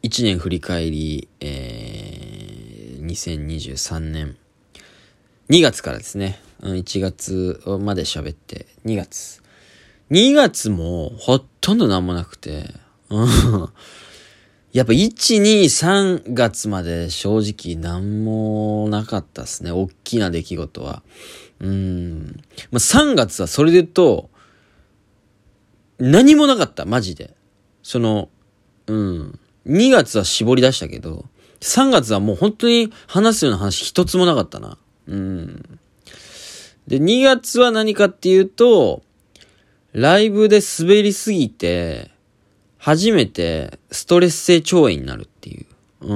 1年振り返り、2023年2月からですね、1月まで喋って2月もほとんどなんもなくて、やっぱ1、2、3月まで正直なんもなかったですね。大きな出来事は。3月はそれで言うと、何もなかった、マジで。2月は絞り出したけど、3月はもう本当に話すような話一つもなかったな。で、2月は何かっていうと、ライブで滑りすぎて、初めてストレス性腸炎になるっていう。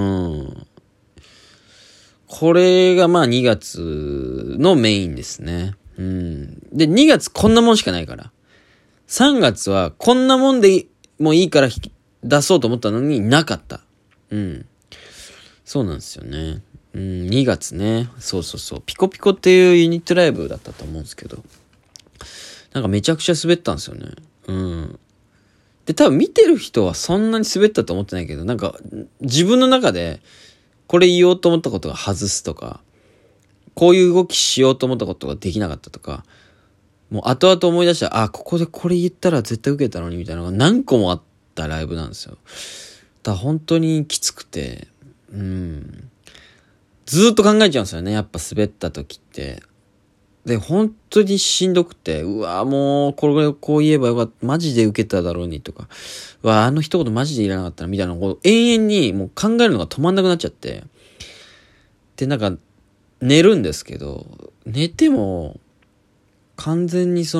これがまあ2月のメインですね。で、2月こんなもんしかないから。3月はこんなもんでもういいから出そうと思ったのになかった。そうなんですよね。2月ね。そう。ピコピコっていうユニットライブだったと思うんですけど。なんかめちゃくちゃ滑ったんですよね。で、多分見てる人はそんなに滑ったと思ってないけど、なんか自分の中でこれ言おうと思ったことが外すとか、こういう動きしようと思ったことができなかったとか、もう後々思い出したら、ここでこれ言ったら絶対受けたのにみたいなのが何個もあったライブなんですよ。だから本当にきつくて、ずーっと考えちゃうんですよね。やっぱ滑った時って。で、本当にしんどくて、もう、これこう言えばよかった。マジで受けただろうにとか。あの一言マジでいらなかったな、みたいなのを永遠にもう考えるのが止まんなくなっちゃって。で、なんか、寝るんですけど、寝ても、完全に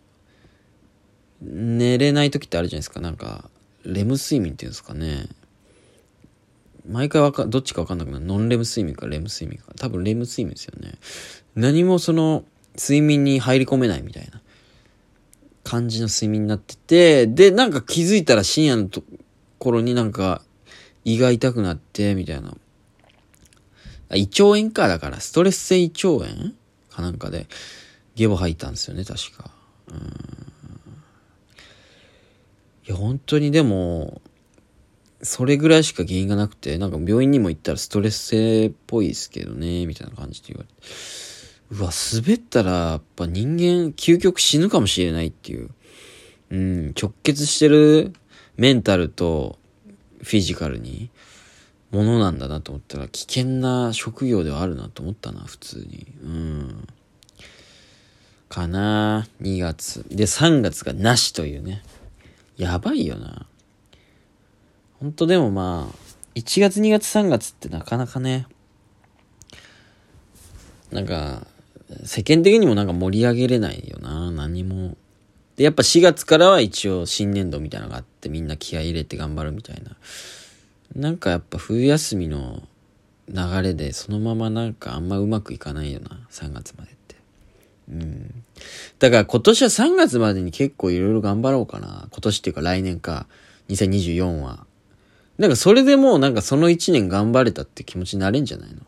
寝れない時ってあるじゃないですか。なんか、レム睡眠っていうんですかね。毎回どっちか分かんなくなる。ノンレム睡眠かレム睡眠か。多分レム睡眠ですよね。何も睡眠に入り込めないみたいな感じの睡眠になってて、で、なんか気づいたら深夜の頃になんか胃が痛くなって、みたいな。胃腸炎か、だからストレス性胃腸炎かなんかでゲボ吐いたんですよね、確か。いや、本当にでも、それぐらいしか原因がなくて、なんか病院にも行ったらストレス性っぽいですけどね、みたいな感じで言われて。滑ったら、やっぱ人間、究極死ぬかもしれないっていう。直結してるメンタルとフィジカルに、ものなんだなと思ったら、危険な職業ではあるなと思ったな、普通に。かな2月。で、3月がなしというね。やばいよな。ほんとでもまあ、1月2月3月ってなかなかね、なんか、世間的にもなんか盛り上げれないよな、何も。で、やっぱ4月からは一応新年度みたいなのがあって、みんな気合い入れて頑張るみたいな。なんかやっぱ冬休みの流れでそのままなんかあんまうまくいかないよな、3月までって。だから今年は3月までに結構いろいろ頑張ろうかな。今年っていうか来年か、2024は。なんかそれでもうなんかその1年頑張れたって気持ちになれんじゃないの？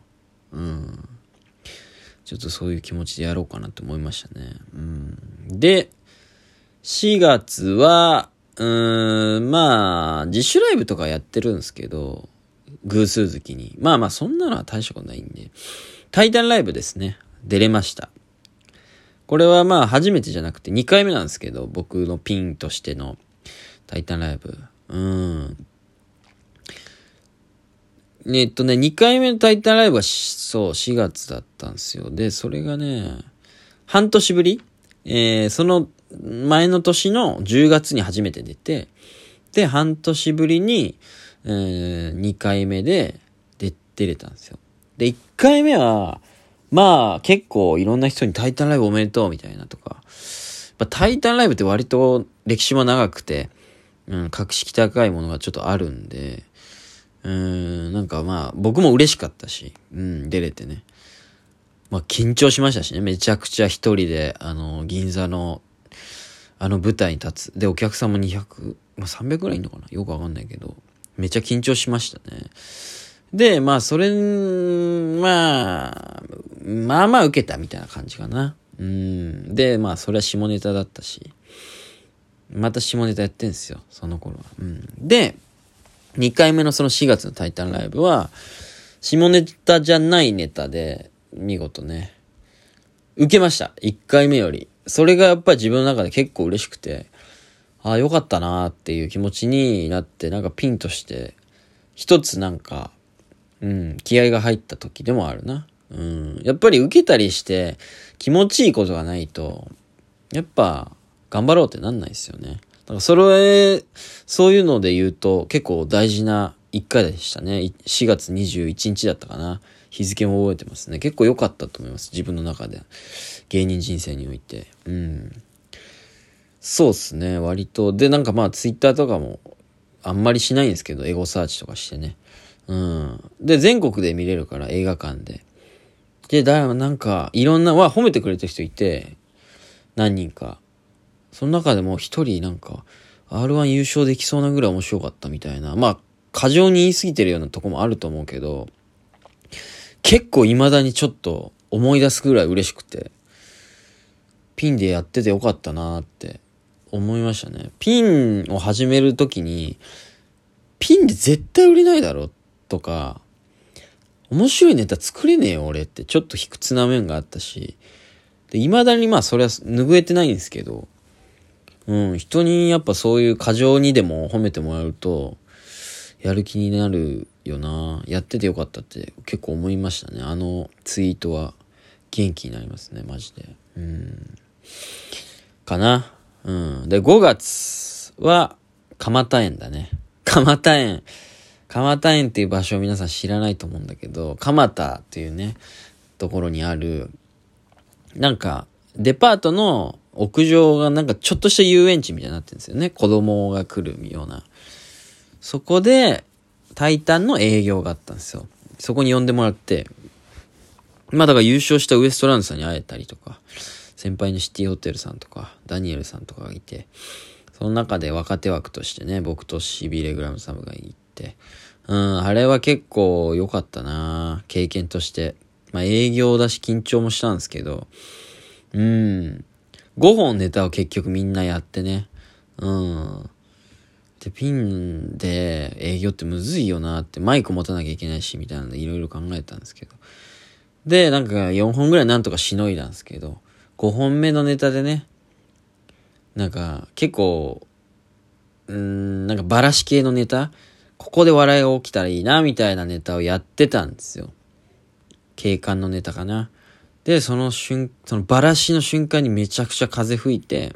ちょっとそういう気持ちでやろうかなと思いましたね。で、4月は、まあ、自主ライブとかやってるんですけど、偶数月に。まあそんなのは大したことないんで。タイタンライブですね。出れました。これはまあ初めてじゃなくて2回目なんですけど、僕のピンとしてのタイタンライブ。2回目のタイタンライブは4月だったんですよ。で、それがね、半年ぶりその前の年の10月に初めて出て、で、半年ぶりに、2回目で出れたんですよ。で、1回目は、まあ、結構いろんな人にタイタンライブおめでとうみたいなとか、タイタンライブって割と歴史も長くて、格式高いものがちょっとあるんで、なんかまあ、僕も嬉しかったし、出れてね。まあ、緊張しましたしね。めちゃくちゃ一人で、銀座の、舞台に立つ。で、お客さんも200、300ぐらいいんのかな？よくわかんないけど、めちゃ緊張しましたね。で、まあ、まあ受けたみたいな感じかな。で、まあ、それは下ネタだったし、また下ネタやってんすよ、その頃は。で、 2回目のその4月のタイタンライブは、下ネタじゃないネタで、見事ね、受けました。1回目より。それがやっぱり自分の中で結構嬉しくて、ああ、よかったなーっていう気持ちになって、なんかピンとして、一つなんか、気合が入った時でもあるな。やっぱり受けたりして気持ちいいことがないと、やっぱ頑張ろうってなんないですよね。だからそういうので言うと結構大事な1回でしたね。4月21日だったかな。日付も覚えてますね。結構良かったと思います。自分の中で。芸人人生において。そうっすね。割と。で、なんかまあツイッターとかもあんまりしないんですけど、エゴサーチとかしてね。で、全国で見れるから映画館で。で、なんか、いろんな、褒めてくれた人いて、何人か。その中でも一人なんか、R1 優勝できそうなぐらい面白かったみたいな。まあ、過剰に言い過ぎてるようなとこもあると思うけど、結構未だにちょっと思い出すぐらい嬉しくて、ピンでやっててよかったなーって思いましたね。ピンを始めるときに、ピンで絶対売れないだろとか、面白いネタ作れねえよ俺ってちょっと卑屈な面があったし、で、未だにまあそれは拭えてないんですけど、人にやっぱそういう過剰にでも褒めてもらうと、やる気になるよな。やっててよかったって結構思いましたね。あのツイートは元気になりますね、マジで。かな。で、5月は蒲田園だね。蒲田園っていう場所を皆さん知らないと思うんだけど、蒲田っていうね、ところにある、なんか、デパートの屋上がなんかちょっとした遊園地みたいになってるんですよね。子供が来るような。そこで、タイタンの営業があったんですよ。そこに呼んでもらって、まあだから優勝したウエストランドさんに会えたりとか、先輩のシティホテルさんとか、ダニエルさんとかがいて、その中で若手枠としてね、僕とシビレグラムサムが行って、あれは結構良かったな経験として。まあ営業だし緊張もしたんですけど、5本ネタを結局みんなやってね。で、ピンで営業ってむずいよなって、マイク持たなきゃいけないし、みたいなのでいろいろ考えたんですけど。で、なんか4本ぐらいなんとかしのいだんですけど、5本目のネタでね、なんか結構、なんかバラシ系のネタ、ここで笑いが起きたらいいな、みたいなネタをやってたんですよ。警官のネタかな。で、そのバラシの瞬間にめちゃくちゃ風吹いて、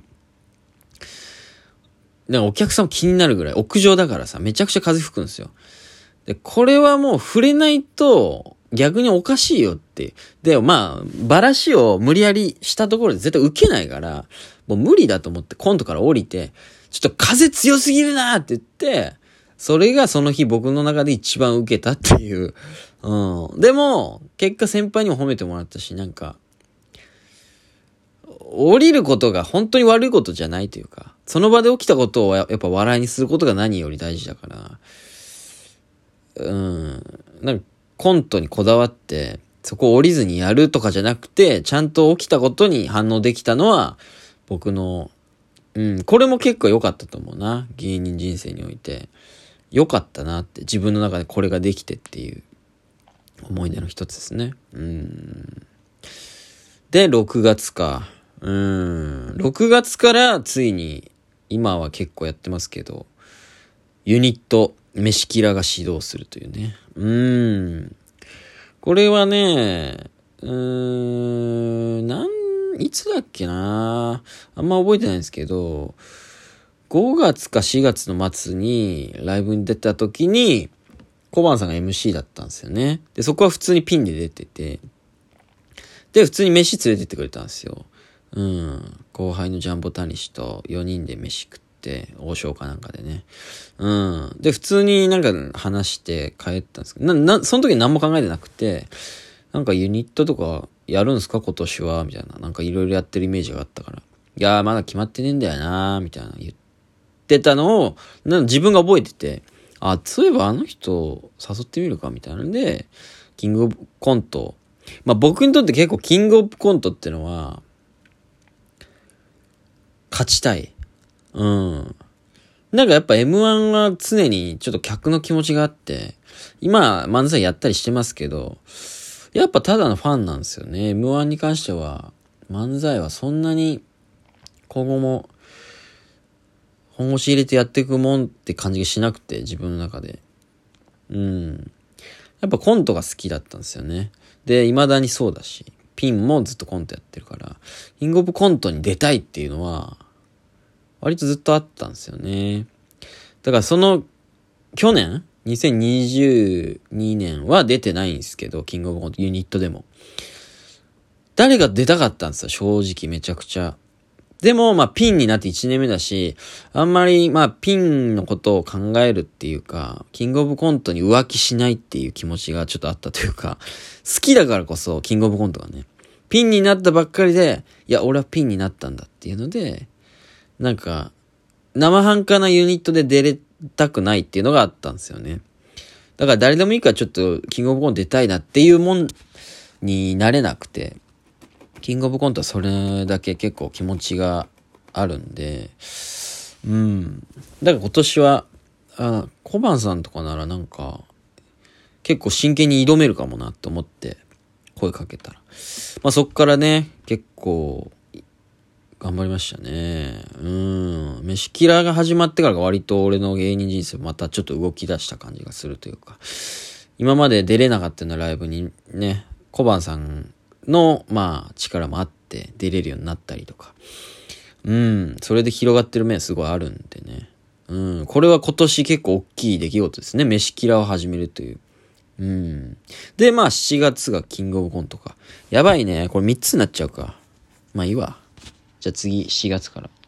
なんかお客さんも気になるぐらい、屋上だからさ、めちゃくちゃ風吹くんですよ。で、これはもう触れないと、逆におかしいよって。で、まあ、バラシを無理やりしたところで絶対受けないから、もう無理だと思ってコントから降りて、ちょっと風強すぎるなって言って、それがその日僕の中で一番受けたっていう。でも、結果先輩にも褒めてもらったし、なんか、降りることが本当に悪いことじゃないというか、その場で起きたことをやっぱ笑いにすることが何より大事だから、なんかコントにこだわって、そこを降りずにやるとかじゃなくて、ちゃんと起きたことに反応できたのは、僕の、これも結構良かったと思うな。芸人人生において。良かったなって、自分の中でこれができてっていう思い出の一つですね。で、6月か。6月からついに、今は結構やってますけど、ユニット、飯キラが始動するというね。これはね、いつだっけなあんま覚えてないんですけど、5月か4月の末にライブに出た時に、小判さんが MC だったんですよね。で、そこは普通にピンで出てて、で、普通に飯連れてってくれたんですよ。後輩のジャンボタニシと4人で飯食って、王将かなんかでね。で、普通になんか話して帰ったんですけど、その時何も考えてなくて、なんかユニットとかやるんすか今年はみたいな。なんかいろいろやってるイメージがあったから。いやーまだ決まってねえんだよなーみたいな言ってたのを、自分が覚えてて、そういえばあの人誘ってみるかみたいなので、キングオブコント。まあ僕にとって結構キングオブコントってのは、勝ちたい。 なんかやっぱ M1 は常にちょっと客の気持ちがあって、今漫才やったりしてますけど、やっぱただのファンなんですよね。M1 に関しては、漫才はそんなに今後も本腰入れてやっていくもんって感じがしなくて、自分の中で。やっぱコントが好きだったんですよね。で、未だにそうだし、ピンもずっとコントやってるから、キングオブコントに出たいっていうのは、割とずっとあったんですよね。だから去年2022年は出てないんですけど、キングオブコントユニットでも。誰が出たかったんですよ、正直めちゃくちゃ。でも、ピンになって1年目だし、あんまり、ピンのことを考えるっていうか、キングオブコントに浮気しないっていう気持ちがちょっとあったというか、好きだからこそ、キングオブコントがね、ピンになったばっかりで、いや、俺はピンになったんだっていうので、なんか、生半可なユニットで出れたくないっていうのがあったんですよね。だから誰でもいいからちょっと、キングオブコント出たいなっていうもんになれなくて、キングオブコントはそれだけ結構気持ちがあるんで、だから今年は、小判さんとかならなんか、結構真剣に挑めるかもなって思って声かけたら。そっからね、結構、頑張りましたね。飯キラが始まってからが割と俺の芸人人生またちょっと動き出した感じがするというか、今まで出れなかったようなライブにね、小判さんの、力もあって出れるようになったりとか。それで広がってる面すごいあるんでね。これは今年結構大きい出来事ですね。飯キラを始めるという。で、7月がキングオブコントか。やばいね。これ3つになっちゃうか。いいわ。じゃあ次、4月から。